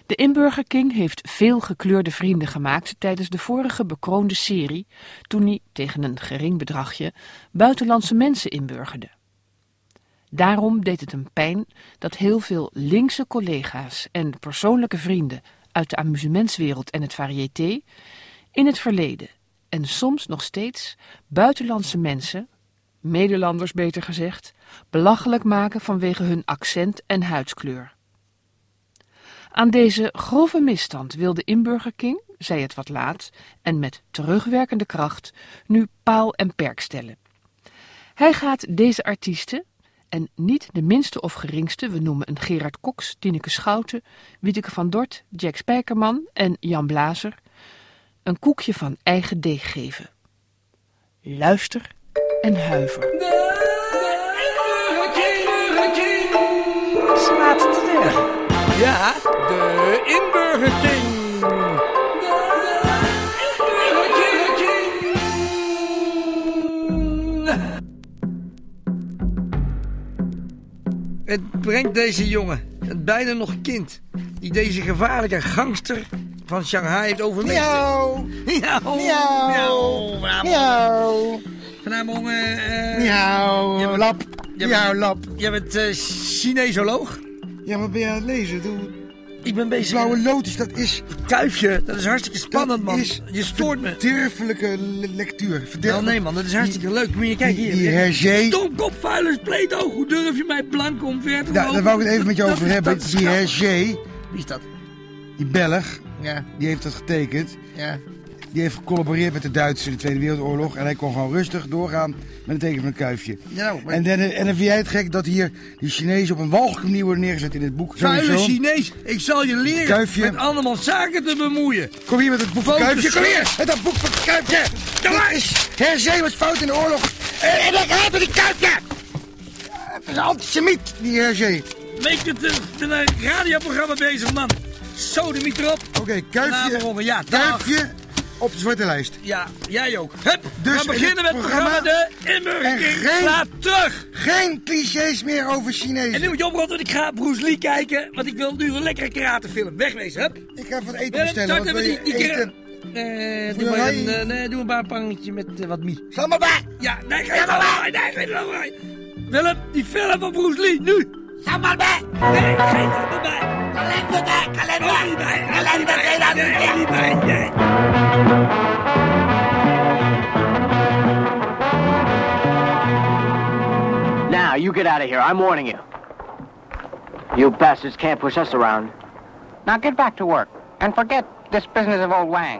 De inburgerking heeft veel gekleurde vrienden gemaakt tijdens de vorige bekroonde serie, toen hij tegen een gering bedragje buitenlandse mensen inburgerde. Daarom deed het hem pijn dat heel veel linkse collega's en persoonlijke vrienden uit de amusementswereld en het variété in het verleden en soms nog steeds buitenlandse mensen, Nederlanders beter gezegd, belachelijk maken vanwege hun accent en huidskleur. Aan deze grove misstand wil de inburgerking, zij het wat laat en met terugwerkende kracht, nu paal en perk stellen. Hij gaat deze artiesten, en niet de minste of geringste, we noemen een Gerard Cox, Tineke Schouten, Wieteke van Dort, Jack Spijkerman en Jan Blazer, een koekje van eigen deeg geven. Luister en huiver. Slaat terug. Ja, de inburgerking. Het brengt deze jongen, het bijna nog kind, die deze gevaarlijke gangster van Shanghai heeft overmeesterd. Miauw. Miauw. Miauw. Miauw. Miauw. Vanavond, Miauw. Lap. Miauw, lap. Jij bent Chinesoloog? Ja, wat ben je aan het lezen? Ik ben bezig. Blauwe lotus, dat is... Kuifje, dat is hartstikke spannend, man. Je stoort me. Verderfelijke lectuur. Wel, nee, man, dat is hartstikke leuk. Moet je kijken hier. Die Hergé... Stomkop, vuile spleetoog. Hoe durf je mij blank omver te lopen? Daar wou ik het even met je over hebben. Die Hergé... Wie is dat? Die Belg, Ja. die heeft dat getekend. Ja. Die heeft gecollaboreerd met de Duitsers in de Tweede Wereldoorlog. En hij kon gewoon rustig doorgaan met een teken van een kuifje. Nou, maar... En dan vind jij het gek dat hier die Chinezen op een walgelijke manier worden neergezet in het boek. Vuile Sowieso. Chinees, ik zal je leren Kuifje. met andermans zaken te bemoeien. Kom hier met het boek van Foto's. Kuifje. Kom hier met dat boek van Kuifje. Dat is... Hergé was fout in de oorlog. En ik haat die Kuifje. Het is een antisemiet, die Hergé. Weet je, ik ben een radioprogramma bezig, man. Sodemiet erop. Oké, Kuifje. Ja, dag. Kuifje op de zwarte lijst. Ja, jij ook. Hup, Dus we gaan beginnen met het programma De Inburgerking. en geen- Slaat terug. Geen clichés meer over Chinezen. En nu moet je opletten, want ik ga Bruce Lee kijken. Want ik wil nu een lekkere karatefilm. Wegwezen, hup. Ik ga wat eten Willem, bestellen. start Wat wil even je eten? doe maar een pannetje met wat mie. Ga maar bij. Ja, nee, geen lawaai. Willem, die film van Bruce Lee, nu. Ga maar bij. Nee, geen er bij. Now, you get out of here. I'm warning you. You bastards can't push us around. Now get back to work and forget this business of old Wang.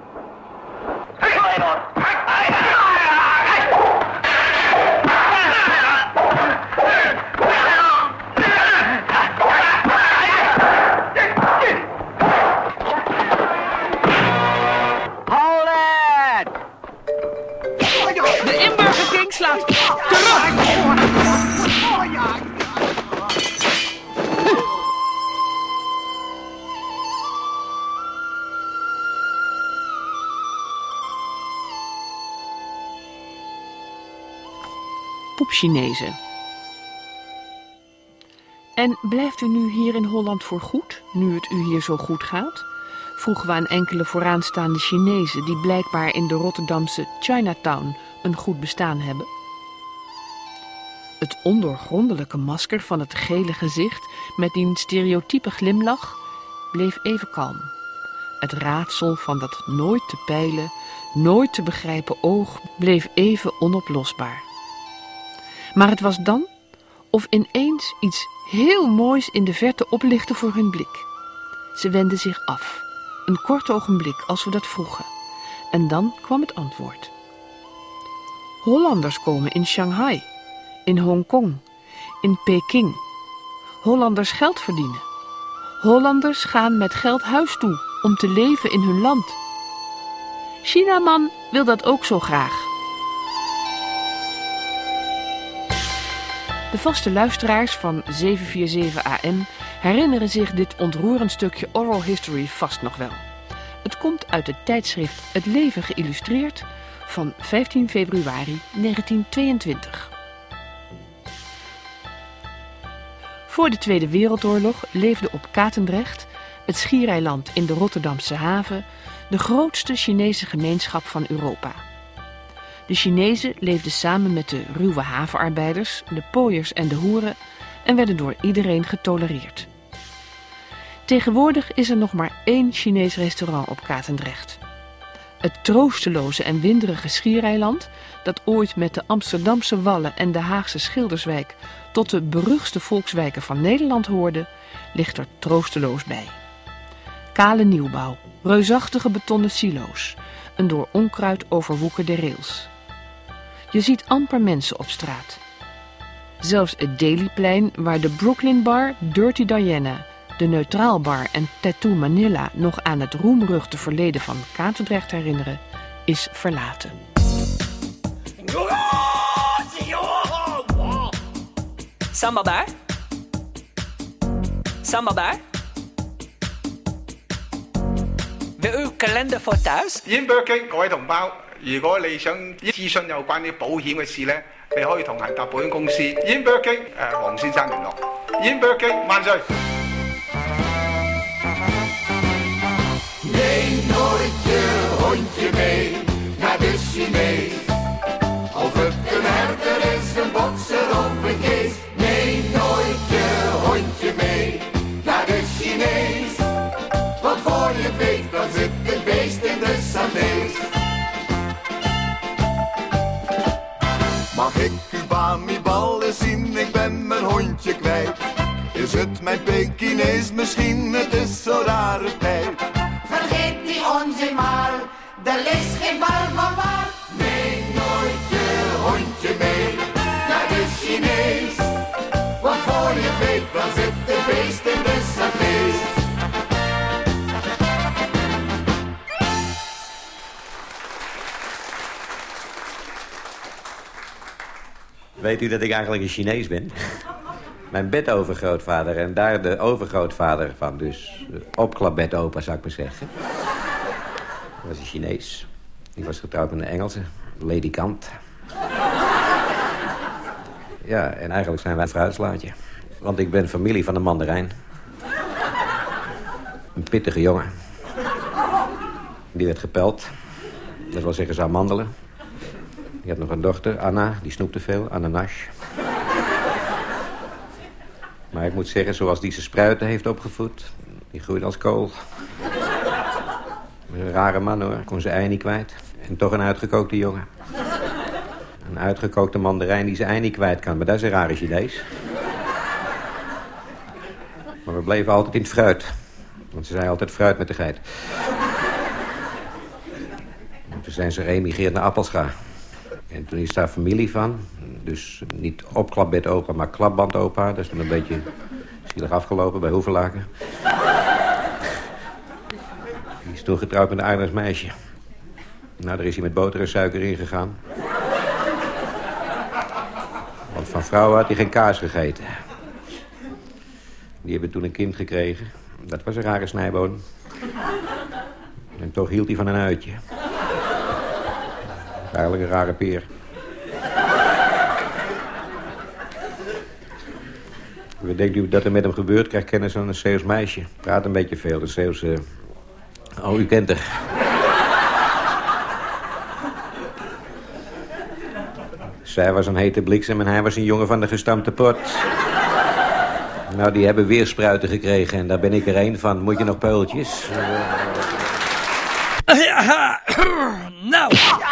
Hold it! De inburgerking slaat terug! Poepchinezen. En blijft u nu hier in Holland voor goed, nu het u hier zo goed gaat? Vroegen we aan enkele vooraanstaande Chinezen die blijkbaar in de Rotterdamse Chinatown een goed bestaan hebben. Het ondoorgrondelijke masker van het gele gezicht met die stereotype glimlach bleef even kalm. Het raadsel van dat nooit te peilen, nooit te begrijpen oog bleef even onoplosbaar. Maar het was dan of ineens iets heel moois in de verte oplichtte voor hun blik. Ze wendden zich af, een kort ogenblik als we dat vroegen. En dan kwam het antwoord. Hollanders komen in Shanghai, in Hongkong, in Peking. Hollanders geld verdienen. Hollanders gaan met geld huis toe om te leven in hun land. Chinaman wil dat ook zo graag. De vaste luisteraars van 747 AM herinneren zich dit ontroerend stukje oral history vast nog wel. Het komt uit het tijdschrift Het Leven geïllustreerd van 15 februari 1922. Voor de Tweede Wereldoorlog leefde op Katendrecht het schiereiland in de Rotterdamse haven, de grootste Chinese gemeenschap van Europa. De Chinezen leefden samen met de ruwe havenarbeiders, de pooiers en de hoeren en werden door iedereen getolereerd. Tegenwoordig is er nog maar 1 Chinees restaurant op Katendrecht. Het troosteloze en winderige schiereiland, dat ooit met de Amsterdamse Wallen en de Haagse Schilderswijk tot de beruchtste volkswijken van Nederland hoorde, ligt er troosteloos bij. Kale nieuwbouw, reusachtige betonnen silo's, een door onkruid overwoekerde rails. Je ziet amper mensen op straat. Zelfs het Dailyplein, waar de Brooklyn Bar, Dirty Diana, de Neutraal Bar en Tattoo Manila nog aan het roemruchte verleden van Katendrecht herinneren, is verlaten. Sambal daar? Sambal daar? Wil u kalender voor thuis? In Burger 各位同胞，如果你想諮詢有關啲保險嘅事咧，你可以同恒達保險公司 In Burger 黃先生聯絡。In Burger 萬歲！ Neem nooit je hondje mee naar de Chinees. Of het een herder is, een bokser of een kees. Neem nooit je hondje mee naar de Chinees. Want voor je het weet, dan zit het beest in de Sandees. Mag ik uw Bami-ballen zien? Ik ben mijn hondje kwijt. Is het mijn Pekinees misschien? Het is zo'n rare tijd. Vergeet die onzin maar, er is geen bal van waar. Neem nooit je hondje mee naar de Chinees. Want voor je weet, dan zit de beest in de Sandees. Weet u dat ik eigenlijk een Chinees ben? Mijn bedovergrootvader en daar de overgrootvader van, dus opklapbedopa zou ik maar zeggen. Dat was een Chinees. Die was getrouwd met een Engelse, Lady Kant. Ja, en eigenlijk zijn wij een fruitslaatje. Want ik ben familie van een mandarijn. Een pittige jongen. Die werd gepeld. Dat wil zeggen, ze amandelen. Die had nog een dochter, Anna, die snoepte veel, Ananas. Maar ik moet zeggen, zoals die zijn spruiten heeft opgevoed, die groeide als kool. Een rare man hoor, kon zijn ei niet kwijt. En toch een uitgekookte jongen. Een uitgekookte mandarijn die zijn ei niet kwijt kan, maar dat is een rare Chinees. Maar we bleven altijd in het fruit. Want ze zei altijd fruit met de geit. En toen zijn ze geëmigreerd naar Appelscha. En toen is daar familie van. Dus niet opklapbedopa, maar klapbandopa. Dat is toen een beetje zielig afgelopen bij Hoevelaken. Die is toen getrouwd met een aardig meisje. Nou, daar is hij met boter en suiker ingegaan. Want van vrouwen had hij geen kaas gegeten. Die hebben toen een kind gekregen. Dat was een rare snijboon. En toch hield hij van een uitje. Eigenlijk een rare peer. Wat denkt u dat er met hem gebeurt? Krijgt kennis van een Zeeuws meisje. Praat een beetje veel, de Zeeuwse... Oh, u kent haar. Zij was een hete bliksem en hij was een jongen van de gestampte pot. Nou, die hebben weer spruiten gekregen en daar ben ik er één van. Moet je nog peultjes? Ja, nou.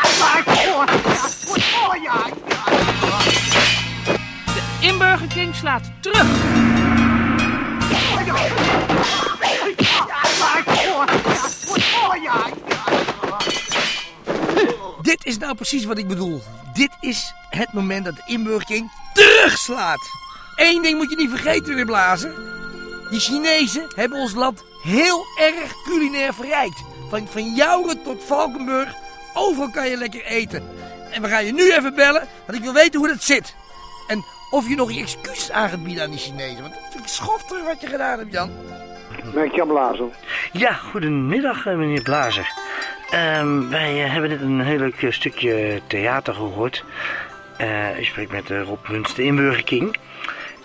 De Inburger King slaat terug. Dit is nou precies wat ik bedoel. Dit is het moment dat de Inburger King terugslaat. Eén ding moet je niet vergeten, meneer Blazer. Die Chinezen hebben ons land heel erg culinair verrijkt. Van Jouren tot Valkenburg, overal kan je lekker eten. En we gaan je nu even bellen, want ik wil weten hoe dat zit. En of je nog je excuses aan gaat bieden aan die Chinezen. Want het is natuurlijk schoftig wat je gedaan hebt, Jan. Met Jan Blazer. Ja, goedemiddag meneer Blazer. Wij hebben net een heel leuk stukje theater gehoord. Ik spreek met Rob Munst, de Inburger King.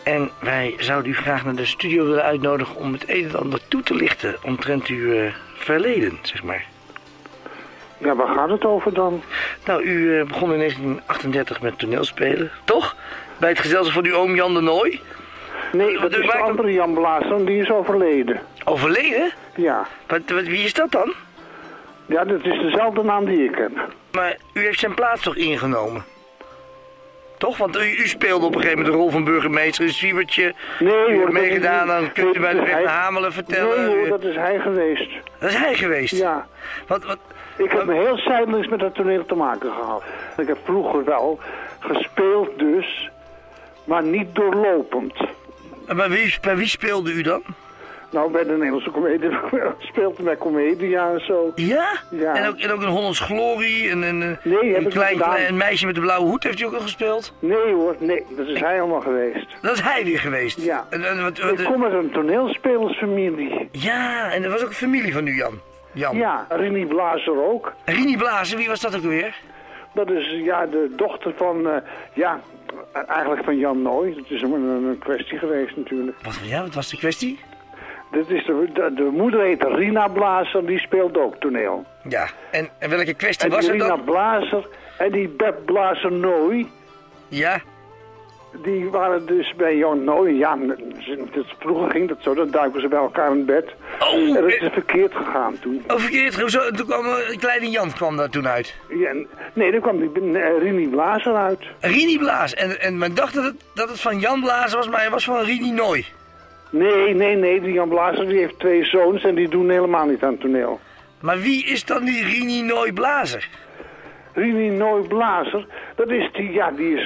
En wij zouden u graag naar de studio willen uitnodigen om het een en ander toe te lichten omtrent uw verleden, zeg maar. Ja, waar gaat het over dan? Nou, u begon in 1938 met toneelspelen, toch? Bij het gezelschap van uw oom Jan de Nooy? Nee, dat is de andere Jan Blazer, die is overleden. Overleden? Ja. Wie is dat dan? Ja, dat is dezelfde naam die ik heb. Maar u heeft zijn plaats toch ingenomen? Toch? Want u speelde op een gegeven moment de rol van burgemeester in Zwiebertje. Nee hoor. U heeft meegedaan, dan kunt u bij de weg naar Hamelen vertellen. Nee hoor, dat is hij geweest. Dat is hij geweest? Ja. Ik heb heel zijdelings met het toneel te maken gehad. Ik heb vroeger wel gespeeld dus, maar niet doorlopend. En bij wie speelde u dan? Nou, bij de Nederlandse comedie speelde bij Comedia en zo. Ja? Ja. En ook een Hollands Glorie en een klein meisje met de blauwe hoed heeft u ook al gespeeld? Nee hoor, nee, dat is hij allemaal geweest. Dat is hij weer geweest? Ja. Ik kom uit een toneelspelersfamilie. Ja, en dat was ook een familie van u, Jan? Ja, Rini Blazer ook. Rini Blazer, wie was dat ook weer? Dat is de dochter van, eigenlijk van Jan Nooy. Dat is een kwestie geweest natuurlijk. Wat was de kwestie? Dat is de moeder heet Rina Blazer, die speelt ook toneel. Ja, en welke kwestie was het dan? Rina Blazer en die Beb Blazer Nooy. Ja. Die waren dus bij Jan Nooy. Ja, vroeger ging dat zo, dan duiken ze bij elkaar in bed. Oh, en dat is verkeerd gegaan toen. Oh, verkeerd? Hoezo? Toen kwam kleine Jan daar toen uit? Ja, nee, dan kwam Rini Blazer uit. Rini Blazer. En men dacht dat het van Jan Blazer was, maar hij was van Rini Nooy. Nee, die Jan Blazer die heeft 2 zoons en die doen helemaal niet aan toneel. Maar wie is dan die Rini Nooy Blazer? Rini Nooy Blazer, dat is die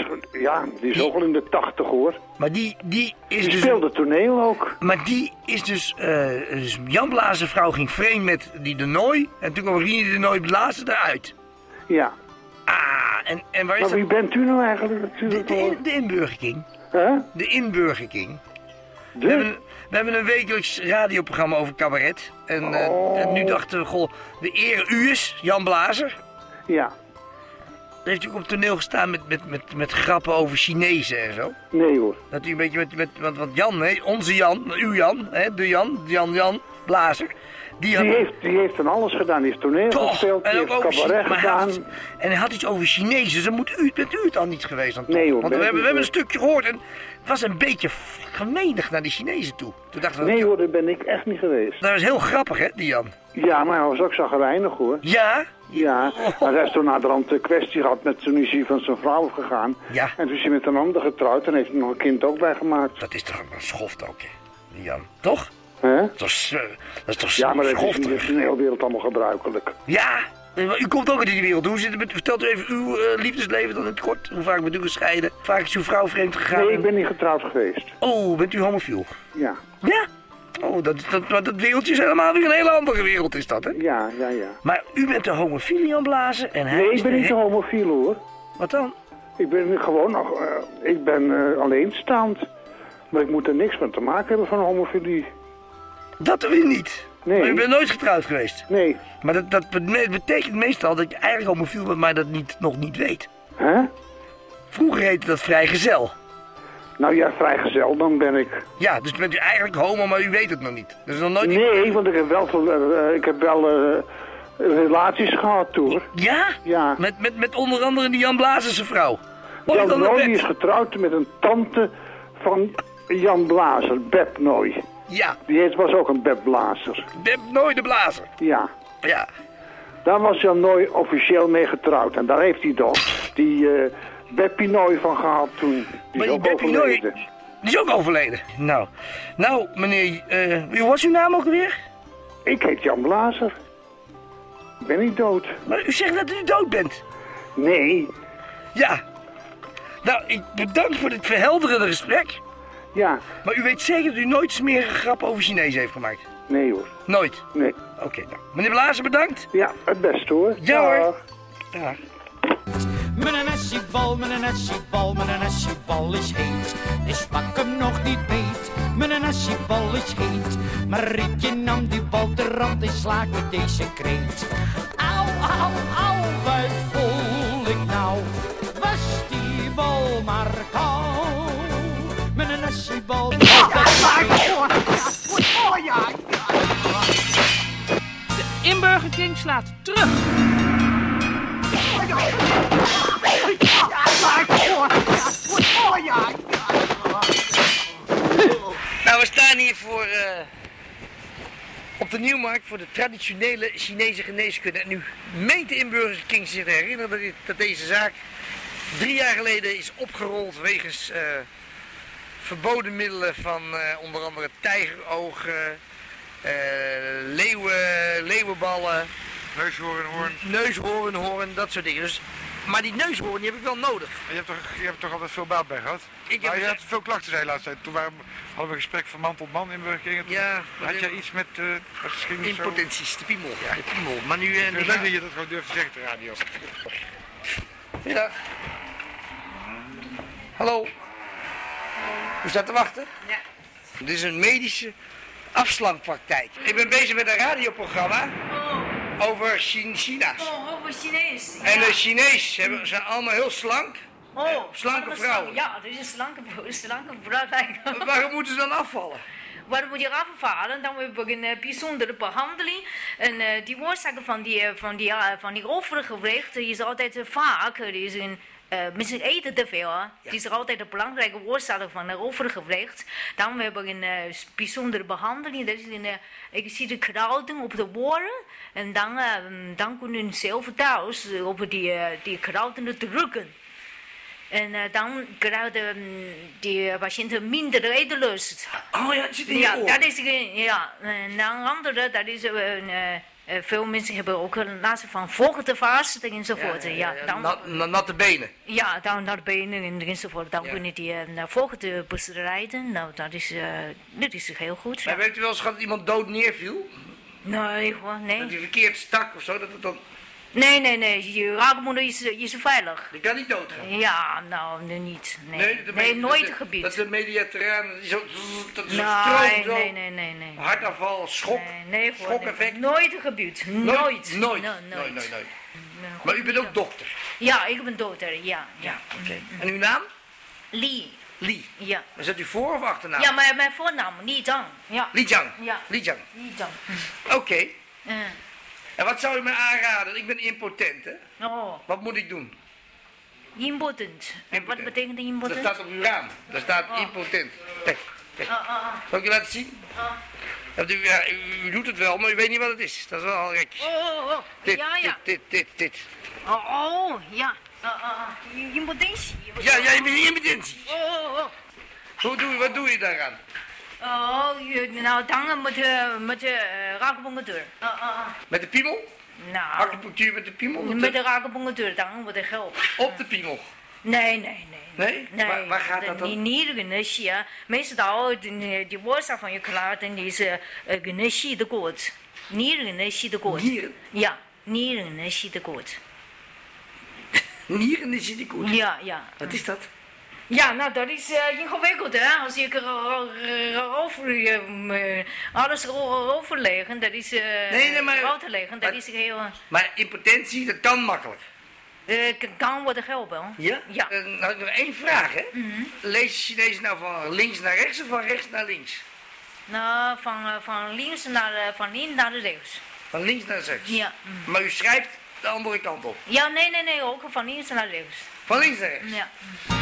is ook al in de 80 hoor. Maar die dus... speelde toneel ook. Maar die is dus Jan Blazer vrouw ging vreemd met die de Nooy en toen kwam Rini de Nooy Blazer eruit. Ja. En waar is maar wie bent u nou eigenlijk? De Inburgerking. Huh? De Inburgerking. We hebben een wekelijks radioprogramma over cabaret. En nu dachten we, de eer u is, Jan Blazer. Ja. Heeft u ook op toneel gestaan met grappen over Chinezen en zo? Nee hoor. Dat u een beetje want Jan, onze Jan, uw Jan, de Jan Blazer. Die heeft van alles gedaan. Die heeft toneel gespeeld, die heeft cabaret gedaan. En hij had iets over Chinezen. Dus bent u het al niet geweest? Nee hoor. Want we hebben een stukje gehoord en het was een beetje gemenig naar die Chinezen toe. Toen dachten we, nee hoor, daar ben ik echt niet geweest. Dat was heel grappig hè, die Jan. Ja, maar hij was ook chagrijnig hoor. Ja? Ja, maar hij heeft toen naderhand een kwestie gehad met toen is hij van zijn vrouw gegaan. Ja. En toen is hij met een ander getrouwd en heeft hij nog een kind ook bij gemaakt. Dat is toch een schoft ook hè, die Jan. Toch? Dat is toch ja, maar dat is in de hele wereld allemaal gebruikelijk. Ja, u komt ook uit die wereld. Hoe zit het met, vertelt u even uw liefdesleven dan in het kort? Hoe vaak bent u gescheiden? Hoe vaak is uw vrouw vreemd gegaan? Nee, ik ben niet getrouwd geweest. Oh, bent u homofiel? Ja. Ja? Oh, dat wereldje is helemaal weer een hele andere wereld is dat, hè? Ja. Maar u bent de homofiel, Jan Blazer, en hij nee, is ik ben niet de homofiel, hoor. Wat dan? Ik ben gewoon nog... ik ben alleenstaand. Maar ik moet er niks mee te maken hebben van homofilie. Dat u niet? Nee. Maar u bent nooit getrouwd geweest? Nee. Maar dat betekent meestal dat je eigenlijk homofiel bent, maar dat nog niet weet. Hè? Vroeger heette dat vrijgezel. Nou ja, vrijgezel, dan ben ik. Ja, dus bent u eigenlijk homo, maar u weet het nog niet. Dus nog nooit... Nee, want ik heb wel relaties gehad, hoor. Ja? Ja. Met onder andere die Jan Blazerse vrouw? Jan Nooy is getrouwd met een tante van Jan Blazer, Beb Nooy. Ja. Die was ook een Beb Blazer. Beb Nooy de Blazer? Ja. Ja. Daar was Jan Nooy officieel mee getrouwd. En daar heeft hij toch die Beppie Nooy van gehad toen. Die is ook overleden. Die is ook overleden? Nou meneer, wie was uw naam ook weer? Ik heet Jan Blazer. Ik ben niet dood. Maar u zegt dat u dood bent? Nee. Ja. Nou, ik bedank voor dit verhelderende gesprek. Ja. Maar u weet zeker dat u nooit smerige grappen over Chinezen heeft gemaakt? Nee hoor. Nooit? Nee. Oké, nou. Meneer Blazer, bedankt. Ja, het beste hoor. Ja hoor. Dag. Mijn nasiebal, mijn nasiebal, mijn nasiebal is heet. Dus pak hem nog niet beet. Mijn nasiebal is heet. Maar Rietje nam die bal de rand en slaakte deze kreet. Au, au, au, wat voel ik nou? Was die bal maar kou? Mijn nashibal. De inburgerking slaat terug. Nou, we staan hier op de Nieuwmarkt voor de traditionele Chinese geneeskunde. En nu meent de inburgerking zich te herinneren dat deze zaak 3 jaar geleden is opgerold wegens verboden middelen van onder andere tijgerogen, leeuwenballen, neushoornhoorn, dat soort dingen. Dus, maar die neushoorn die heb ik wel nodig. Je hebt toch altijd veel baat bij gehad? Je had veel klachten, zei laatst tijd. Toen hadden we een gesprek van man tot man in Burger. Ja. Had jij iets met impotenties, de piemel. Ja. De piemel. Maar nu... leuk dat je dat gewoon durft te zeggen op de radio. Goeiedag. Hallo. U staat te wachten? Ja. Dit is een medische afslankpraktijk. Ik ben bezig met een radioprogramma over China. Over Chinees. En de Chinees zijn allemaal heel slank. Slanke vrouwen. Ja, dat is een slanke vrouw. Waarom moeten ze dan afvallen? Waarom moet je afvallen? Dan hebben we een bijzondere behandeling. En die oorzaken van die overgewicht is altijd vaak. Mensen eten te veel. Ja. Het is altijd een belangrijke oorzaak van overgewicht. Dan hebben we een bijzondere behandeling. Dat is ik zie de kruiden op de oren. En dan kunnen ze zelf thuis op die kruiden drukken. En dan krijgen die patiënten minder eetlust. Oh ja, het zit in je oor. Dat is, ja. En dan andere, dat is... veel mensen hebben ook last van vochtvasten enzovoort. Natte benen. Ja, dan naar benen enzovoort. Dan kunnen die vochten bestrijden. Nou, dat is heel goed. Maar weet u wel eens dat iemand dood neerviel? Nee, nee. Dat hij verkeerd stak of zo, dat het dan... Nee. Je raakmoeder is veilig. Die kan niet doodgaan? Ja, nou, niet. Nee, nooit gebied. Dat is een mediateraan, dat is een stroom. Nee. Hartaanval, schok, schokeffect. Nooit gebied. Nooit. Maar u bent ook dokter? Ja, ik ben dokter, ja. Oké. En uw naam? Li. Ja. Is dat uw voor- of achternaam? Ja, mijn voornaam, Li Zhang. Ja. Li Zhang? Ja. Li Zhang. Oké. En wat zou u me aanraden? Ik ben impotent, hè? Oh. Wat moet ik doen? Impotent. Wat betekent impotent? Dat staat op uw raam. Daar staat impotent. Kijk. Zal ik je laten zien? U doet het wel, maar u weet niet wat het is. Dat is wel gek. Dit. Ja. Impotentie. Ja, je bent impotentie. Wat doe je daaraan? Nou, dan met de rakenpunctuur. Met de piemel? Nou. Acupunctuur met de piemel? Met de rakenpunctuur, dan moet ik helpen. Op de piemel? Nee. Nee? Waar gaat dat dan? Nieren, meestal die oorzaak van je klachten is geneestekort. Nierentekort. Nieren? Ja, nierentekort. Nierentekort? Ja. Wat is dat? Ja, nou dat is ingewikkeld, hè. Als je alles overleggen, dat is leggen, dat is heel... Maar impotentie, dat kan makkelijk. Kan worden geholpen. Ja? Ja. Nou, nog 1 vraag, hè. Lees Chinees nou van links naar rechts of van rechts naar links? Nou, van links naar rechts. Van links naar rechts? Ja. Maar u schrijft de andere kant op? Ja, nee, ook van links naar rechts. Van links naar rechts? Ja.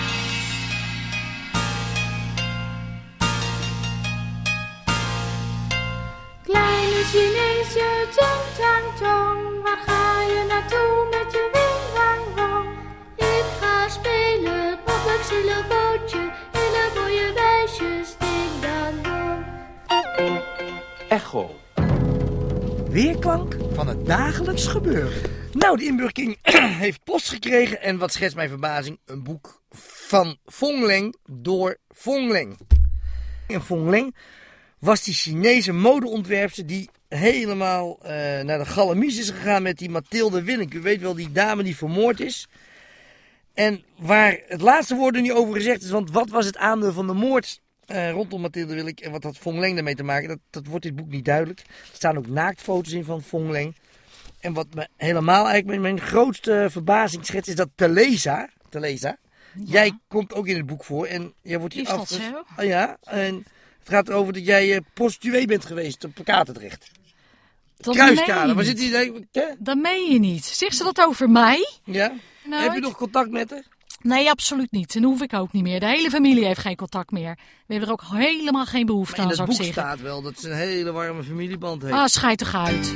Kleine Chinese Ching Chang Chong, waar ga je naartoe met je wing wang wang? Ik ga spelen op een xylofootje, hele mooie meisjes, ding dang dong. Echo. Weerklank van het dagelijks gebeuren. Nou, de inburgerking heeft post gekregen en wat schetst mijn verbazing, een boek van Fong Leng door Fong Leng. En Fong Leng was die Chinese modeontwerpster die helemaal naar de galamies is gegaan met die Mathilde Willink. U weet wel, die dame die vermoord is. En waar het laatste woord er niet over gezegd is, want wat was het aandeel van de moord rondom Mathilde Willink en wat had Fong Leng daarmee te maken, dat wordt dit boek niet duidelijk. Er staan ook naaktfoto's in van Fong Leng. En wat me helemaal eigenlijk mijn grootste verbazing schetst is dat Teresa, Jij komt ook in het boek voor en jij wordt hier Is dat zo? Ah ja, en het gaat erover dat jij prostituee bent geweest op Katendrecht. Kruiskade, waar zit die? Dat meen je niet. Zegt ze dat over mij? Ja? Nooit. Heb je nog contact met haar? Nee, absoluut niet. En dat hoef ik ook niet meer. De hele familie heeft geen contact meer. We hebben er ook helemaal geen behoefte aan, Maar in zou het ik boek zeggen. staat wel dat ze een hele warme familieband heeft. Ah, schijt toch uit.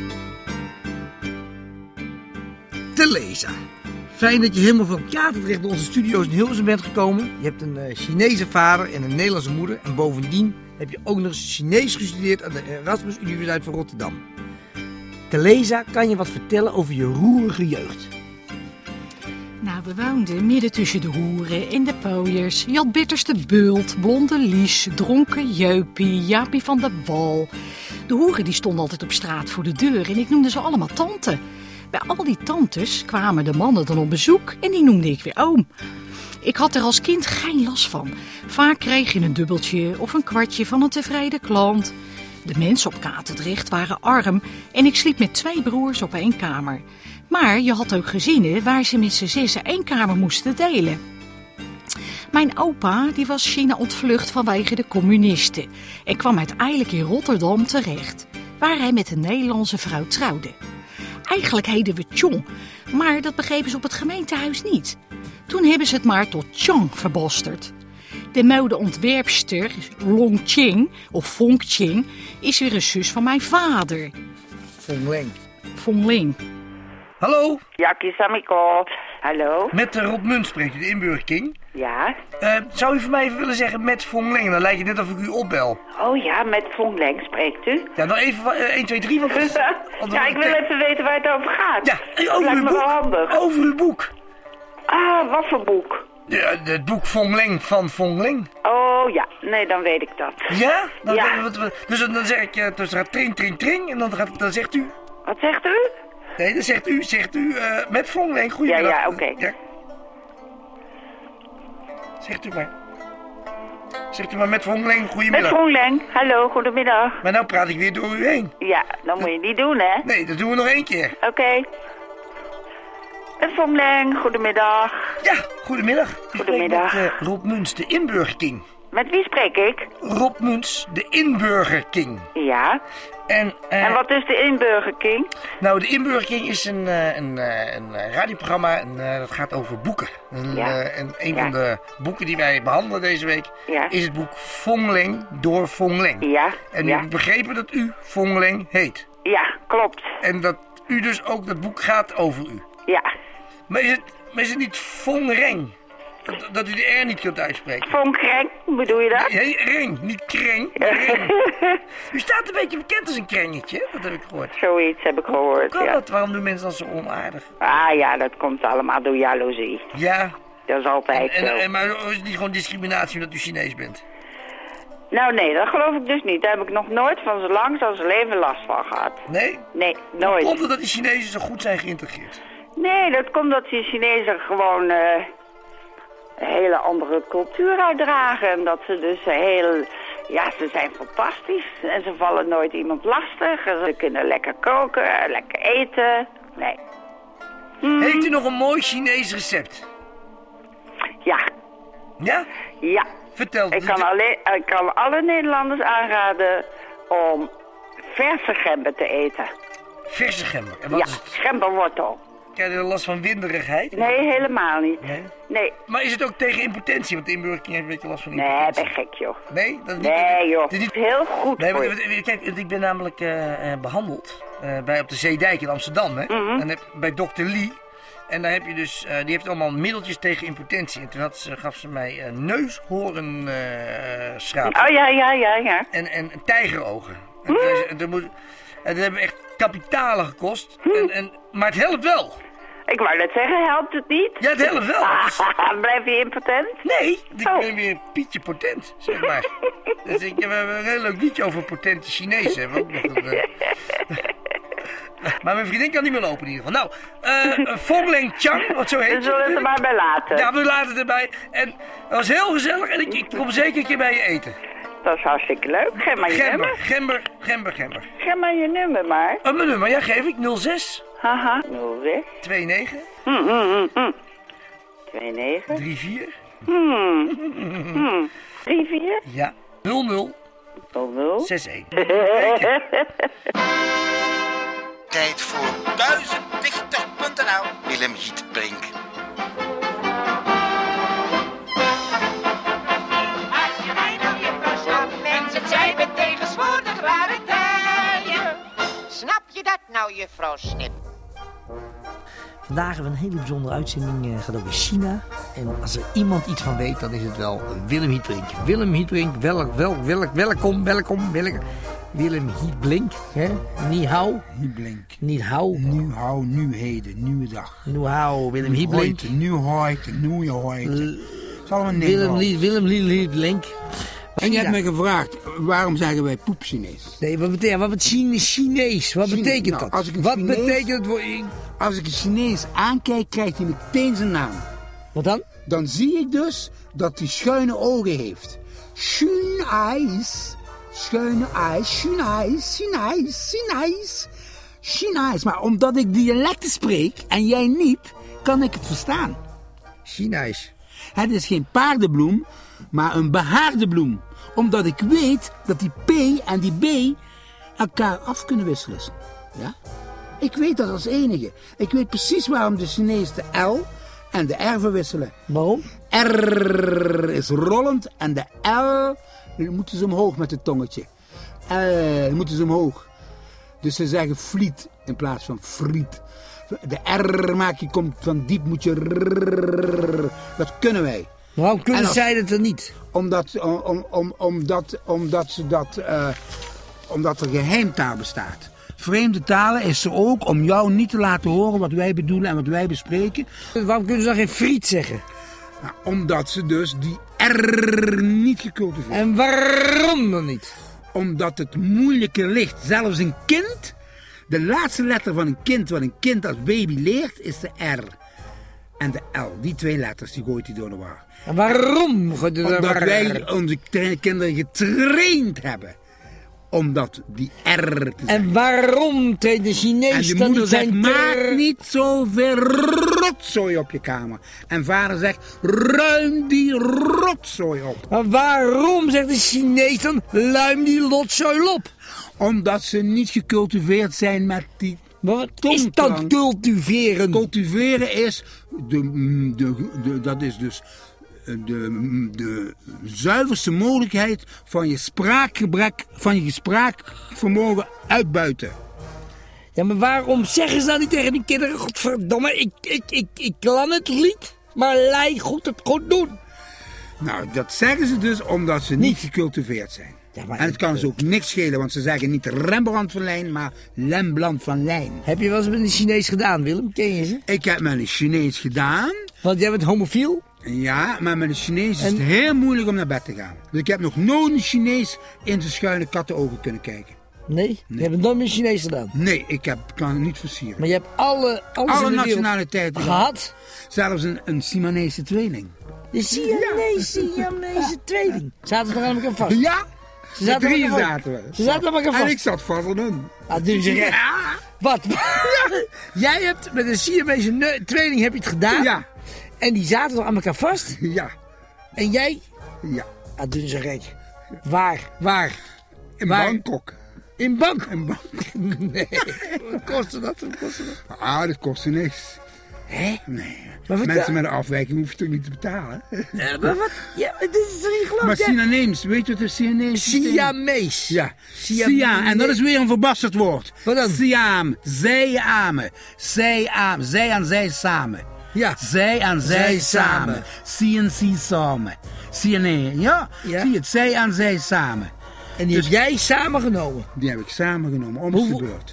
Teresa. Fijn dat je helemaal van Katendrecht naar onze studio's in Hilversum bent gekomen. Je hebt een Chinese vader en een Nederlandse moeder. En bovendien heb je ook nog eens Chinees gestudeerd aan de Erasmus Universiteit van Rotterdam. Teresa, kan je wat vertellen over je roerige jeugd? Nou, we woonden midden tussen de hoeren en de pooiers. Jan Bitters de Bult, Blonde Lies, Dronken Jeupie, Jaapie van der Wal. De hoeren die stonden altijd op straat voor de deur en ik noemde ze allemaal tante. Bij al die tantes kwamen de mannen dan op bezoek en die noemde ik weer oom. Ik had er als kind geen last van. Vaak kreeg je een dubbeltje of een kwartje van een tevreden klant. De mensen op Katendrecht waren arm en ik sliep met 2 broers op 1 kamer. Maar je had ook gezinnen waar ze met z'n 6 één kamer moesten delen. Mijn opa die was China ontvlucht vanwege de communisten en kwam uiteindelijk in Rotterdam terecht, waar hij met een Nederlandse vrouw trouwde. Eigenlijk heten we Chong, maar dat begrepen ze op het gemeentehuis niet. Toen hebben ze het maar tot Chang verbasterd. De modeontwerpster Long Ching, of Fong Ching, is weer een zus van mijn vader. Fong Leng. Fong Leng. Hallo? Jackie Samiko. Hallo? Met Rob Munt spreekt u, de Inburger King. Ja? Zou u voor mij even willen zeggen met Fong Leng? Dan lijkt het net of ik u opbel. Oh ja, met Fong Leng spreekt u? Ja, nog even 1, 2, 3. Want ja, ik wil even weten waar het over gaat. Ja, over uw boek. Handig. Over uw boek. Ah, wat voor boek? Het boek Fong Leng van Fong Leng. Oh ja, nee, dan weet ik dat. Ja? Ja. Dus dan zeg ik, dus gaat tring, tring, tring. En dan zegt u... Wat zegt u? Nee, dan zegt u met Fong Leng. Goedemiddag. Ja, oké. Ja. Zegt u maar. Zegt u maar met Fong Leng, goedemiddag. Met Fong Leng, hallo, goedemiddag. Maar nou praat ik weer door u heen. Ja, dat moet je niet doen, hè? Nee, dat doen we nog 1 keer. Oké. Met Fong Leng, goedemiddag. Ja, goedemiddag. Goedemiddag. Met Rob Muns, de Inburger King. Met wie spreek ik? Rob Muns, de Inburger King. Ja. En wat is de Inburger King? Nou, de Inburger King is een radioprogramma en dat gaat over boeken. En een van de boeken die wij behandelen deze week is het boek Fong Leng door Fong Leng. Ja. En u hebt begrepen dat u Fong Leng heet. Ja, klopt. En dat u dus ook dat boek gaat over u. Ja. Maar is het niet Fong Reng? Dat u de R niet kunt uitspreken. Fong Kreng, bedoel je dat? Nee, Reng, niet Kreng. Reng. U staat een beetje bekend als een krengetje, dat heb ik gehoord. Zoiets heb ik gehoord, Hoe kan dat? Waarom doen mensen dan zo onaardig? Ah ja, dat komt allemaal door jaloezie. Ja. Dat is altijd zo. Maar is het niet gewoon discriminatie omdat u Chinees bent? Nou nee, dat geloof ik dus niet. Daar heb ik nog nooit van zo lang als leven last van gehad. Nee? Nee, nooit. Komt het dat die Chinezen zo goed zijn geïntegreerd? Nee, dat komt dat die Chinezen gewoon een hele andere cultuur uitdragen. En dat ze dus ze zijn fantastisch. En ze vallen nooit iemand lastig. En ze kunnen lekker koken, lekker eten. Nee. Heeft u nog een mooi Chinees recept? Ja. Ja? Ja. Vertel. Ik kan alle Nederlanders aanraden om verse gember te eten. Verse gember? En wat is het? Gemberwortel. Krijg je er last van winderigheid? Nee, helemaal niet. Nee. Maar is het ook tegen impotentie? Want de Inburger King heeft een beetje last van Nee, impotentie. ben gek, joh. Nee? Dat is nee, joh. Dat is niet heel goed. Nee, maar, kijk, ik ben namelijk behandeld op de Zeedijk in Amsterdam. Hè? En bij dokter Lee. En daar heb je dus, die heeft allemaal middeltjes tegen impotentie. En toen gaf ze mij neushoornschraap. Oh ja. En tijgerogen. En dat hebben we echt kapitalen gekost. Maar het helpt wel. Ik wou net zeggen, helpt het niet? Ja, het helpt wel. Blijf je impotent? Nee, ik ben weer Pietje potent, zeg maar. Dus we hebben een heel leuk liedje over potente Chinezen. Maar mijn vriendin kan niet meer lopen in ieder geval. Nou, Fong Leng Chang, wat zo heet. We zullen het er maar bij laten. Ja, we laten het erbij. En dat was heel gezellig en ik kom zeker een keer bij je eten. Dat is hartstikke leuk. Geef maar je nummer. Gember. Geef maar je nummer maar. Mijn nummer, ja, geef ik. 06. Haha, 06. 29. 29. 34. 3-4? Ja. 0-0. 0-0. 6-1. Tijd voor 1000dichter.nl. Willem Gietbrink. Mensen zijn met tegenwoordig rare tijden. Snap je dat nou, juffrouw Snip? Vandaag hebben we een hele bijzondere uitzending. Gaat over China. En als er iemand iets van weet, dan is het wel Willem Gietbrink. Willem Gietbrink, welkom. Willem Gietbrink, hè? Ni hao. Gietbrink. Niet hou. Nu hou, nu heden, nieuwe dag. Nu hou, Willem Gietbrink. Nu hoort, nieuwe hoort. Willem Gietbrink. En je hebt me gevraagd, waarom zeggen wij poep Chinees? Nee, wat betekent Chinees? Wat betekent dat? Als ik een Chinees aankijk, krijgt hij meteen zijn naam. Wat dan? Dan zie ik dus dat hij schuine ogen heeft. Schön eyes. Schuine eyes. Chinees. Maar omdat ik dialecten spreek en jij niet, kan ik het verstaan. Chinees. Het is geen paardenbloem, maar een behaarde bloem. Omdat ik weet dat die P en die B elkaar af kunnen wisselen. Ja? Ik weet dat als enige. Ik weet precies waarom de Chinezen de L en de R verwisselen. Waarom? R is rollend en de L moeten ze omhoog met het tongetje. L moeten ze omhoog. Dus ze zeggen vliet in plaats van friet. De R maak je, komt van diep, moet je rrrr. Dat kunnen wij. Waarom kunnen zij dat dan niet? Omdat er geheimtaal bestaat. Vreemde talen is er ook om jou niet te laten horen wat wij bedoelen en wat wij bespreken. Waarom kunnen ze dan geen friet zeggen? Nou, omdat ze dus die R niet gecultiveerd. En waarom dan niet? Omdat het moeilijker ligt. Zelfs een kind, de laatste letter van een kind, wat een kind als baby leert, is de R. En de L. Die twee letters, die gooit hij door de war. En waarom? Omdat wij onze kinderen getraind hebben. Omdat die R te zeggen. En waarom traint de Chinees en de moeder zegt, maak niet zoveel rotzooi op je kamer. En vader zegt, ruim die rotzooi op. Maar waarom zegt de Chinees dan, ruim die rotzooi op? Omdat ze niet gecultiveerd zijn met die... Maar wat is dat cultiveren? Cultiveren is, dat is dus de zuiverste mogelijkheid van je spraakgebrek, van je spraakvermogen uitbuiten. Ja, maar waarom zeggen ze dan niet tegen die kinderen, godverdomme, ik kan het niet, maar lei goed het goed doen? Nou, dat zeggen ze dus omdat ze niet gecultiveerd zijn. Ja, en het kan ze ook niks schelen, want ze zeggen niet Rembrandt van Lijn, maar Rembrandt van Lijn. Heb je wel eens met een Chinees gedaan, Willem? Ken je ze? Ik heb met een Chinees gedaan. Want jij bent homofiel? Ja, maar met een Chinees is het heel moeilijk om naar bed te gaan. Dus ik heb nog nooit een Chinees in zijn schuine kattenogen kunnen kijken. Nee? Je hebt nooit met een Chinees gedaan? Nee, kan het niet versieren. Maar je hebt alle nationaliteiten gehad? Zelfs een Siamese tweeling. De Siamese tweeling? Zaten ze nog aan elkaar vast? Ja! Ze zaten aan elkaar vast. En ik zat vast aan hun. Ah, dus je recht. Ja. Wat? Jij hebt met een Siamese tweeling heb je het gedaan? Ja. En die zaten toch aan elkaar vast? Ja. En jij? Ja. Ah, doen ze gek. Waar? In Bangkok. In Bangkok? Nee. Wat kostte dat? Ah, dat kostte niks. Hé? Nee. Mensen met een afwijking hoef je toch niet te betalen? Maar wat? Ja, dit is toch niet geloof. Maar Siamees, weet je wat een Siamees is? Siamees. Ja. Siam. En dat is weer een verbasterd woord. Wat dan? Siam. Zij amen. Zij en zij samen. Ja. Zij en zij samen. Zien samen. Ja? Zie het. Zij en zij samen. En die heb jij samengenomen? Die heb ik samengenomen. Om de beurt.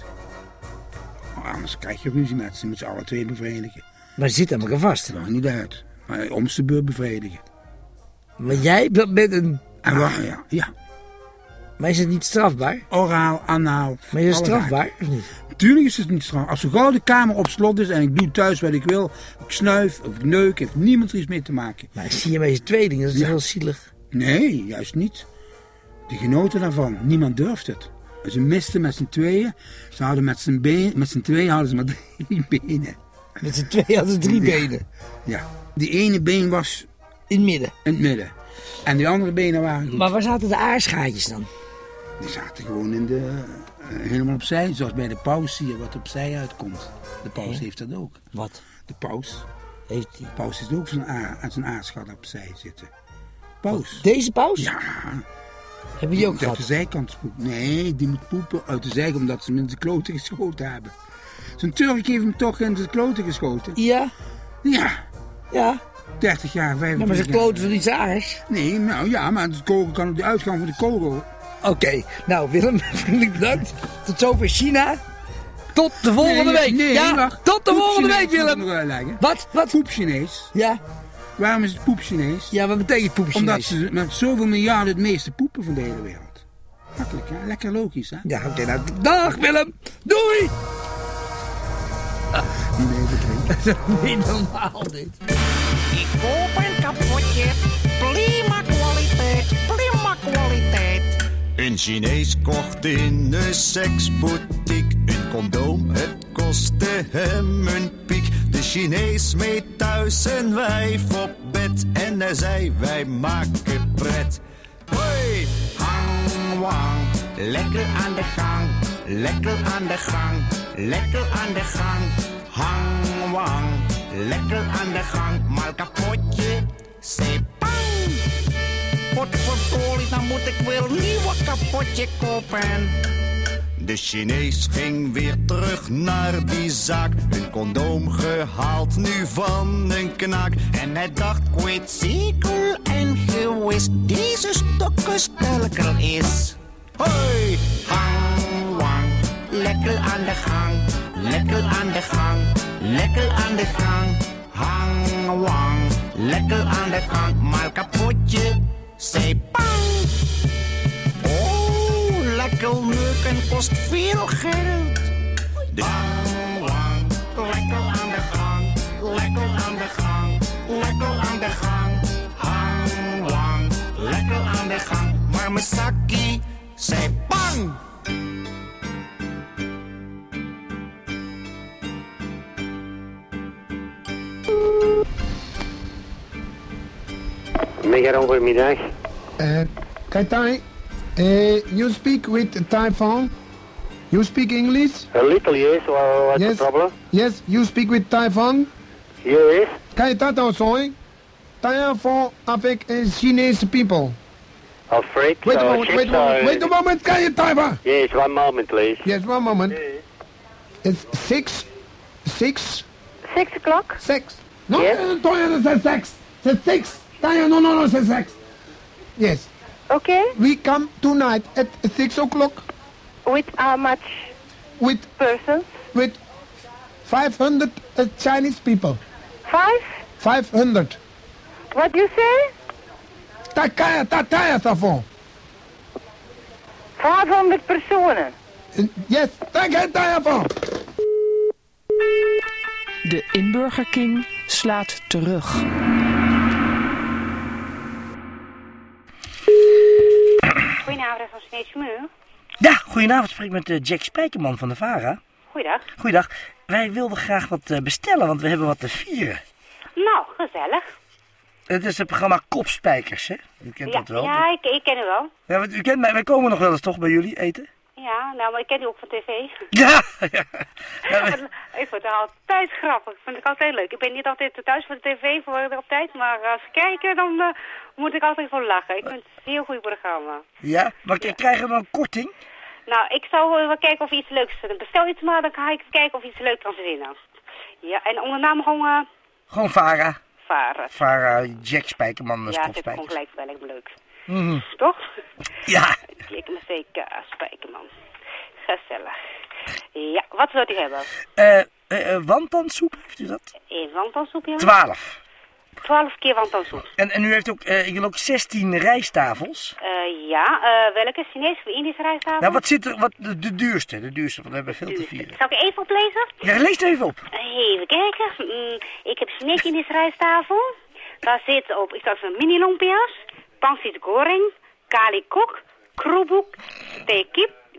Anders krijg je ruzie met ze. Je moet ze alle twee bevredigen. Maar ze zitten aan elkaar vast. Dat maakt niet uit. Maar om de beurt bevredigen. Maar jij bent een... Ja. Maar is het niet strafbaar? Oraal, anaal. Maar is het strafbaar of niet? Tuurlijk is het niet strafbaar. Als de gouden kamer op slot is en ik doe thuis wat ik wil. Ik snuif of ik neuk. Heeft niemand er iets mee te maken. Maar ik zie je met je tweeling. Dat is heel zielig. Nee, juist niet. De genoten daarvan. Niemand durft het. Ze misten met z'n tweeën. Ze hadden met z'n tweeën hadden ze maar 3 benen. Met z'n tweeën hadden ze 3 benen? Ja. Die ene been was In het midden? In het midden. En die andere benen waren goed. Maar waar zaten de aarsgaatjes dan? Die zaten gewoon in de... helemaal opzij, zoals bij de paus zie je wat opzij uitkomt. De paus heeft dat ook. Wat? De paus. Heeft die? De paus heeft ook zijn aarschat opzij zitten. Paus. Wat, deze paus? Ja. Hebben die ook gehad? Uit de zijkant poepen. Nee, die moet poepen uit de zijkant omdat ze hem in de kloten geschoten hebben. Zo'n Turk heeft hem toch in de kloten geschoten. Ja? Ja. Ja? 30 jaar, 25 jaar. Maar ze kloten van iets aars? Nee, nou ja, maar de kogel kan op de uitgang van de kogel. Oké, nou Willem, vriendelijk bedankt. Tot zover China. Tot de volgende week. Nee, ja, wacht. tot de volgende week, Willem. Wat? Poep Chinees. Ja. Waarom is het poep Chinees? Ja, wat betekent poep Chinees? Omdat ze met zoveel miljarden het meeste poepen van de hele wereld. Makkelijk, hè? Lekker logisch, hè? Ja, oké, nou, dag Willem. Doei. Dat is niet normaal, dit. Ik koop een kapotje, prima kwaliteit. Een Chinees kocht in een seksboutique een condoom, het kostte hem een piek. De Chinees mee thuis een wijf op bed en hij zei wij maken pret. Hoi, hang wang, lekker aan de gang, lekker aan de gang, lekker aan de gang. Hang wang, lekker aan de gang, maar kapotje, sepang. Potverdorie, dan moet ik weer een nieuwe kapotje kopen. De Chinees ging weer terug naar die zaak. Een condoom gehaald nu van een knaak. En hij dacht, ik weet zeker en gewis, deze stokken sterker is. Hoi, hang wang, lekker aan de gang, lekker aan de gang, lekker aan de gang. Hang wang, lekker aan de gang, maar kapotje, sepang. Oh, lekker neuken kost veel geld. Hang wang, lekker aan de gang, lekker aan de gang, lekker aan de gang. Hang wang, lekker aan de gang, maar mijn zakkie, sepang. Mega goedemiddag. Kaitai, you speak with Thai phone? You speak English? A little, yes. What's the problem? Yes, you speak with Thai phone? Yes. Kaitai tao soi. Thai phone avec Chinese people. Afraid. Wait a moment, wait a moment, can you Thai phone? Yes, one moment, please. Yes, one moment. It's 6 o'clock? 6. No, Toya says 6. Says 6. Taya, no, says 6. Yes. Okay. We come tonight at 6 o'clock. With how much? With persons? With 500 Chinese people. 500. What do you say? Tataya Safon. 500 personen. Yes, Tataya Safon. De inburger King slaat terug. Goedenavond van Sneedse Muur. Ja, goedenavond. Spreek met Jack Spijkerman van de VARA. Goeiedag. Goeiedag. Wij wilden graag wat bestellen, want we hebben wat te vieren. Nou, gezellig. Het is het programma Kopspijkers, hè? U kent dat wel. Ja, ik ken u wel. Ja, want u kent mij. Wij komen nog wel eens toch bij jullie eten? Ja, nou, maar ik ken u ook van tv. Ja! Ik vind het altijd grappig. Ik vind het altijd leuk. Ik ben niet altijd thuis voor de tv op tijd, maar als ik kijk, dan moet ik altijd gewoon lachen. Ik vind het een heel goed programma. Ja? Maar krijgen we dan een korting? Nou, ik zou wel kijken of iets leuks... Bestel iets maar, dan ga ik kijken of iets leuks kan verzinnen. Ja, en onder naam gewoon... Gewoon VARA. VARA, Jack Spijkerman, ja, zit gewoon gelijk bij, lijkt me leuk. Mm-hmm. Toch? Ja. Jack me zeker Spijkerman. Gezellig. Ja, wat wilt u hebben? Wantansoep, heeft u dat? Wantansoep, ja? 12. 12 keer wantansoep. En u heeft ook, ik wil ook 16 rijsttafels. Ja, welke? Chinese of Indische rijsttafel? Nou, wat zit er, de duurste, want we hebben veel te vieren. Zal ik even oplezen? Ja, lees het even op. Even kijken. Ik heb Chinese-Indische rijsttafel. Daar zit op, ik zag mini lumpia's, pancit goreng, kali kok, kroeboek, steak kip,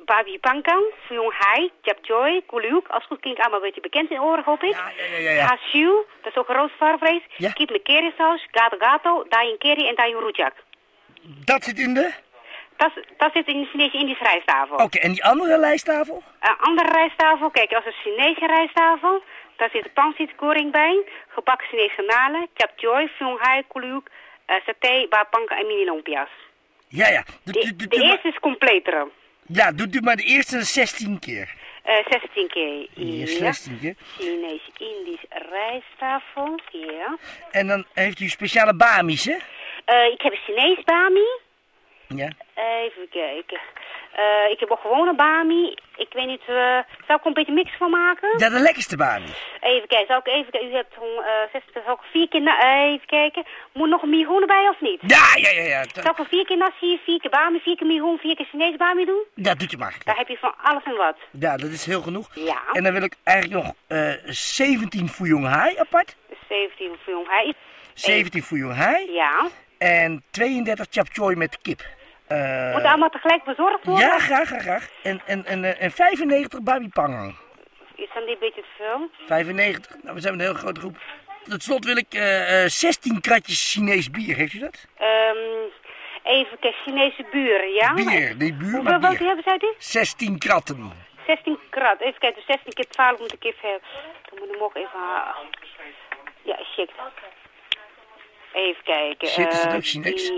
Babi Pankang, Fuyong Hai, Japjoy, Kuliuk. Als het goed klinkt allemaal een beetje bekend in de oren, hoop ik. Ja. Hasiu, dat is ook een rood varvlees. Ja. Kip met kerisaus, gato gato, dayin keri en dayin rujak. Dat zit in de... Dat zit in de Chinese-Indische rijsttafel. Oké, en die andere lijsttafel? Andere rijsttafel, kijk, als een Chinese rijsttafel. Daar zit pancit goreng bij, gebakken Chinese garnalen, chapchoy, Fuyong Hai, Kuliuk, saté, bapangka en mini lumpia's. Ja. De eerste is completere. Ja, doet u maar de eerste 16 keer. 16 keer. Ja, 16 keer. Chinees-Indisch rijsttafel, ja. En dan heeft u speciale bamies, hè? Ik heb een Chinees bami. Ja. Even kijken. Ik heb ook gewone bami. Ik weet niet, zou ik een beetje mix van maken? Ja, de lekkerste bamies. Even kijken, u hebt zo'n 60, zou ik 4 keer, even kijken. Moet nog een mihoen erbij of niet? Ja. Zou ik voor 4 keer nasi, 4 keer bami, 4 keer mihoen, 4 keer Chinees bami doen? Ja, doet u maar. Daar heb je van alles en wat. Ja, dat is heel genoeg. Ja. En dan wil ik eigenlijk nog 17 Fuyong Hai apart. 17 Fuyong Hai. 17 Fuyong Hai. Ja. En 32 chapchoy met kip. Moet allemaal tegelijk bezorgd worden? Ja, graag. En 95 babi pangang. Is dat niet een beetje te veel? 95, nou we zijn een heel grote groep. Tot slot wil ik 16 kratjes Chinees bier, heeft u dat? Even kijken, Chinese buren, ja? Bier, nee buur, Hoeveel maar bier. welke hebben zij dit? 16 kratten. 16 krat, even kijken, dus 16 keer 12 moet ik even hebben. Dan moet ik nog even halen. Ja, shit. Even kijken. Shit, is het ook Chinees?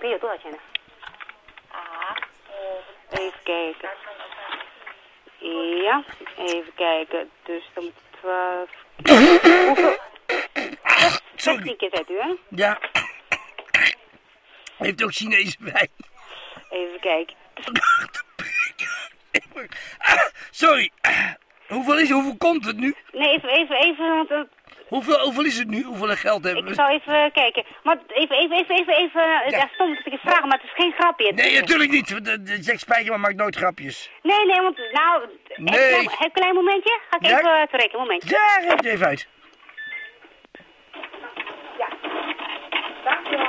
Even kijken. Ja, even kijken. Dus dan moet 12... Hoeveel? 16 keer zet u, hè? Ja. Heeft ook Chinese wijn. Even kijken. Sorry. Hoeveel komt het nu? Nee, even, want... Hoeveel is het nu? Hoeveel geld hebben we? Ik zal even kijken. Maar even... Ja, stom dat ik het vraag, maar het is geen grapje. Nee, natuurlijk niet. De Jack Spijkerman maakt nooit grapjes. Nee, want... Nou, nee. Heb een klein momentje? Ga ik even verrekenen, momentje. Ja, geef het even uit. Ja. Dankjewel.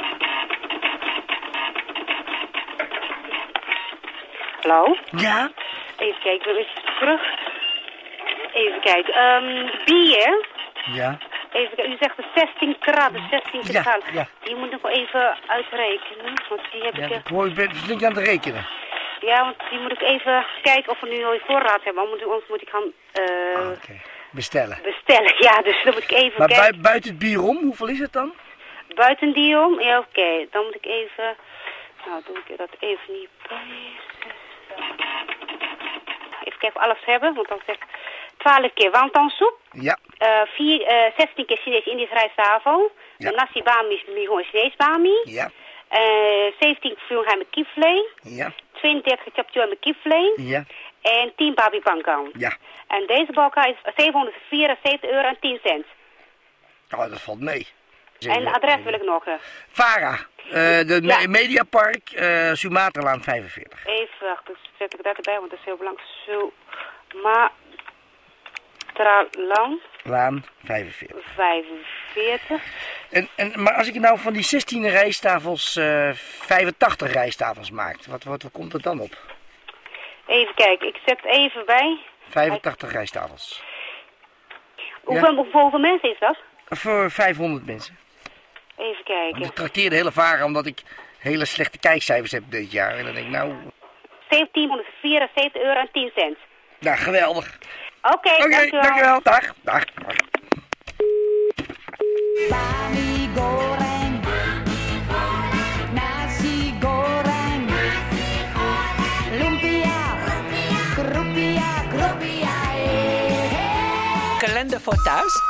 Hallo? Ja? Even kijken, we zijn terug. Even kijken. Bier. Ja. Even kijken, u zegt de 16 krat, de 16 keer 12. Ja. Die moet ik wel even uitrekenen, want die heb ik... Ik ben flink aan het rekenen. Ja, want die moet ik even kijken of we nu al in voorraad hebben, anders moet ik gaan... Bestellen. Bestellen, ja, dus dan moet ik even maar kijken. Maar buiten het bier om, hoeveel is het dan? Buiten die om? Ja, oké. Dan moet ik even... Nou, doe ik dat even niet bij. Even kijken of we alles hebben, want dan zeg ik 12 keer wontonsoep. Ja. 16 keer Chinees-Indisch rijsttafel. Ja. Nasi bami, gewoon Chinees bami. Ja. 17 Fuyong Hai met kipvlees. Ja. 32 chapchoy met kipvlees. Ja. En 10 babi pankang. Ja. En deze bij elkaar is 774 euro en 10 cent. Oh, dat valt mee. En het adres wil ik nog. Vara, Mediapark, Sumatralaan 45. Even wacht, dus zet ik dat erbij, want dat is heel belangrijk. Sumatralaan. Laan 45. 45. Maar als ik nou van die 16 rijsttafels 85 rijsttafels maak, wat komt er dan op? Even kijken, ik zet even bij. 85 rijsttafels. Hoeveel mensen is dat? Voor 500 mensen. Even kijken. Ik trakteer de hele Vara omdat ik hele slechte kijkcijfers heb dit jaar. En dan denk ik nou... 1774 euro en 10 cent. Nou, geweldig. Oké, dankjewel. Dag. Bami goreng, nasi goreng, lumpia, krupia, Kalender voor thuis?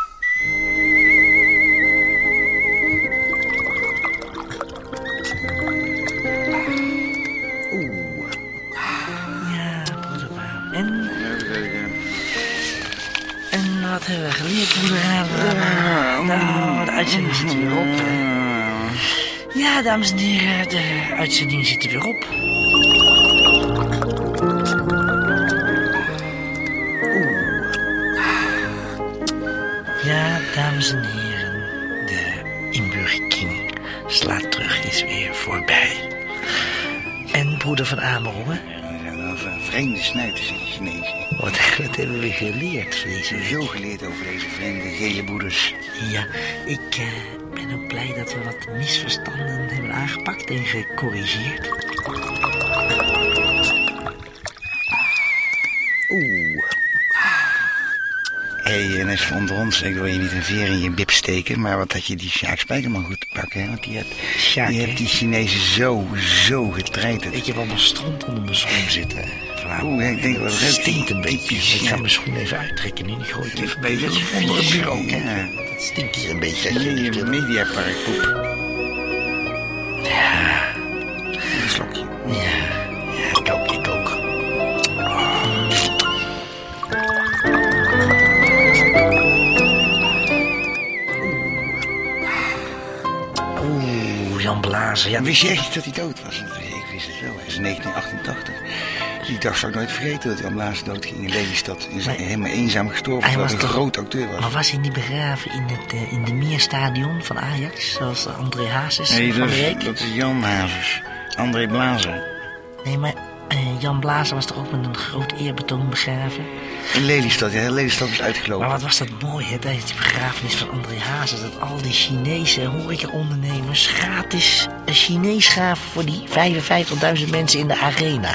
En wat hebben we geleerd, broeder? Nou, de uitzending zit er weer op. Ja, dames en heren, de uitzending zit er weer op. Ja, dames en heren, de inburgering slaat terug is weer voorbij. En broeder van Amerongen? vreemde snuiten, zeggen de Chinezen. Wat hebben we geleerd deze week? Zo geleerd over deze vreemde gele boeders. Ja, ik ben ook blij dat we wat misverstanden hebben aangepakt en gecorrigeerd. Oeh. Hé, en eens van onder ons, ik wil je niet een veer in je bib steken, maar wat had je die Sjaak Spijkerman goed te pakken, hè? Want die heeft die Chinezen zo getreiterd. Ik heb al mijn stront onder mijn schoen zitten. Oeh, ik denk wel, het stinkt een beetje. Ik ga mijn schoen even uittrekken nu. Ik gooi het even bij onder het bureau. Ja. Het stinkt hier een beetje. Je Mediapark poep. Ja. Een slokje. Ja, ik ook. Jan Blazer. Ja. Wist je echt dat hij dood was? Ik wist het wel. Hij is in 1988. Die dag zou ik nooit vergeten dat Jan Blazer dood ging in Lelystad. Hij is helemaal eenzaam gestorven terwijl hij een groot acteur was. Maar was hij niet begraven in de Meerstadion van Ajax? Zoals André Hazes nee, van de week? Dat is Jan Hazes. André Blazer. Nee, maar Jan Blazer was toch ook met een groot eerbetoon begraven? In Lelystad, ja. Lelystad is uitgelopen. Maar wat was dat mooi, hè, tijdens die begrafenis van André Hazes. Dat al die Chinese horecaondernemers gratis een Chinees gaven voor die 55.000 mensen in de arena.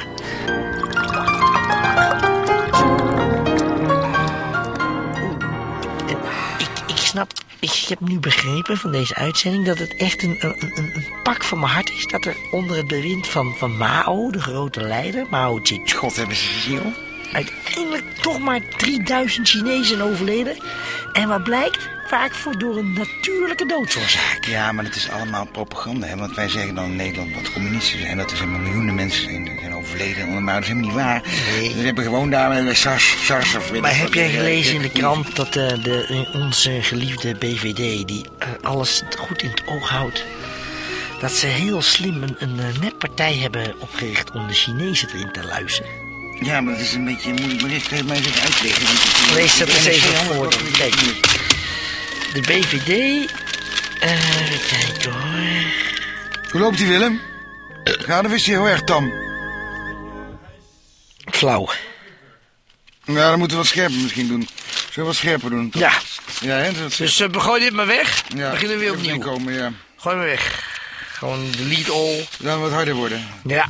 Ik heb nu begrepen van deze uitzending dat het echt een pak van mijn hart is. Dat er onder het bewind van Mao, de grote leider, Mao Zedong. God hebben ze gezien. Uiteindelijk toch maar 3000 Chinezen overleden. En wat blijkt? Vaak door een natuurlijke doodsoorzaak. Ja, maar het is allemaal propaganda, hè? Want wij zeggen dan in Nederland dat communisten zijn. Dat er zeg maar miljoenen mensen zijn overleden. Maar dat is helemaal niet waar. Nee. Ze hebben gewoon daar SARS of... Maar heb jij gelezen in de krant dat onze geliefde BVD... die alles goed in het oog houdt... dat ze heel slim een netpartij hebben opgericht om de Chinezen erin te luisteren? Ja, maar dat is een beetje een moeilijk bericht. Kun je mij eens uitleggen? Lees dat eens even voor. Kijk, de BVD... Kijk hoor... Hoe loopt die, Willem? Gaat of is hij heel erg tam? Flauw. Ja, dan moeten we wat scherper misschien doen. Zullen we wat scherper doen? Ja. Ja, hè? Dus gooi dit maar weg. Ja, beginnen we weer opnieuw. Komen, ja. Gooi maar weg. Gewoon delete all. Dan wat harder worden. Ja.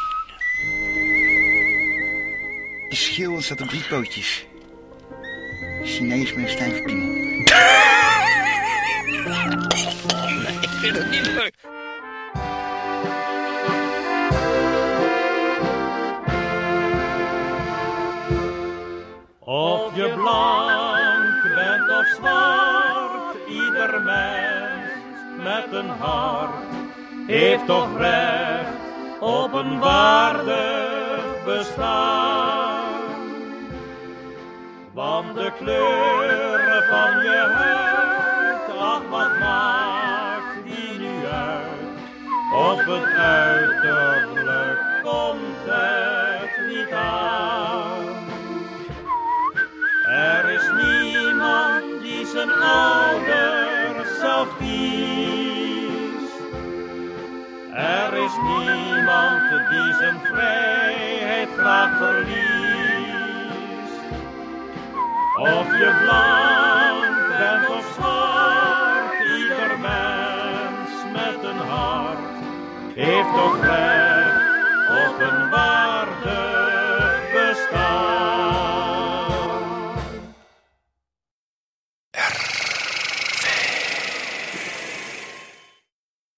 Die schil staat op 3 pootjes. Chinees met een stijf piemel. Nee, ik vind het niet leuk. Of je blank bent of zwart, ieder mens met een hart heeft toch recht op een waardig bestaan. Want de kleuren van je huid, ach wat maakt die nu uit? Op het uiterlijk komt het niet aan. Er is niemand die zijn ouders zelf kiest. Er is niemand die zijn vrijheid graag verliest. Of je blank bent of zwart, ieder mens met een hart heeft toch recht op een waarde.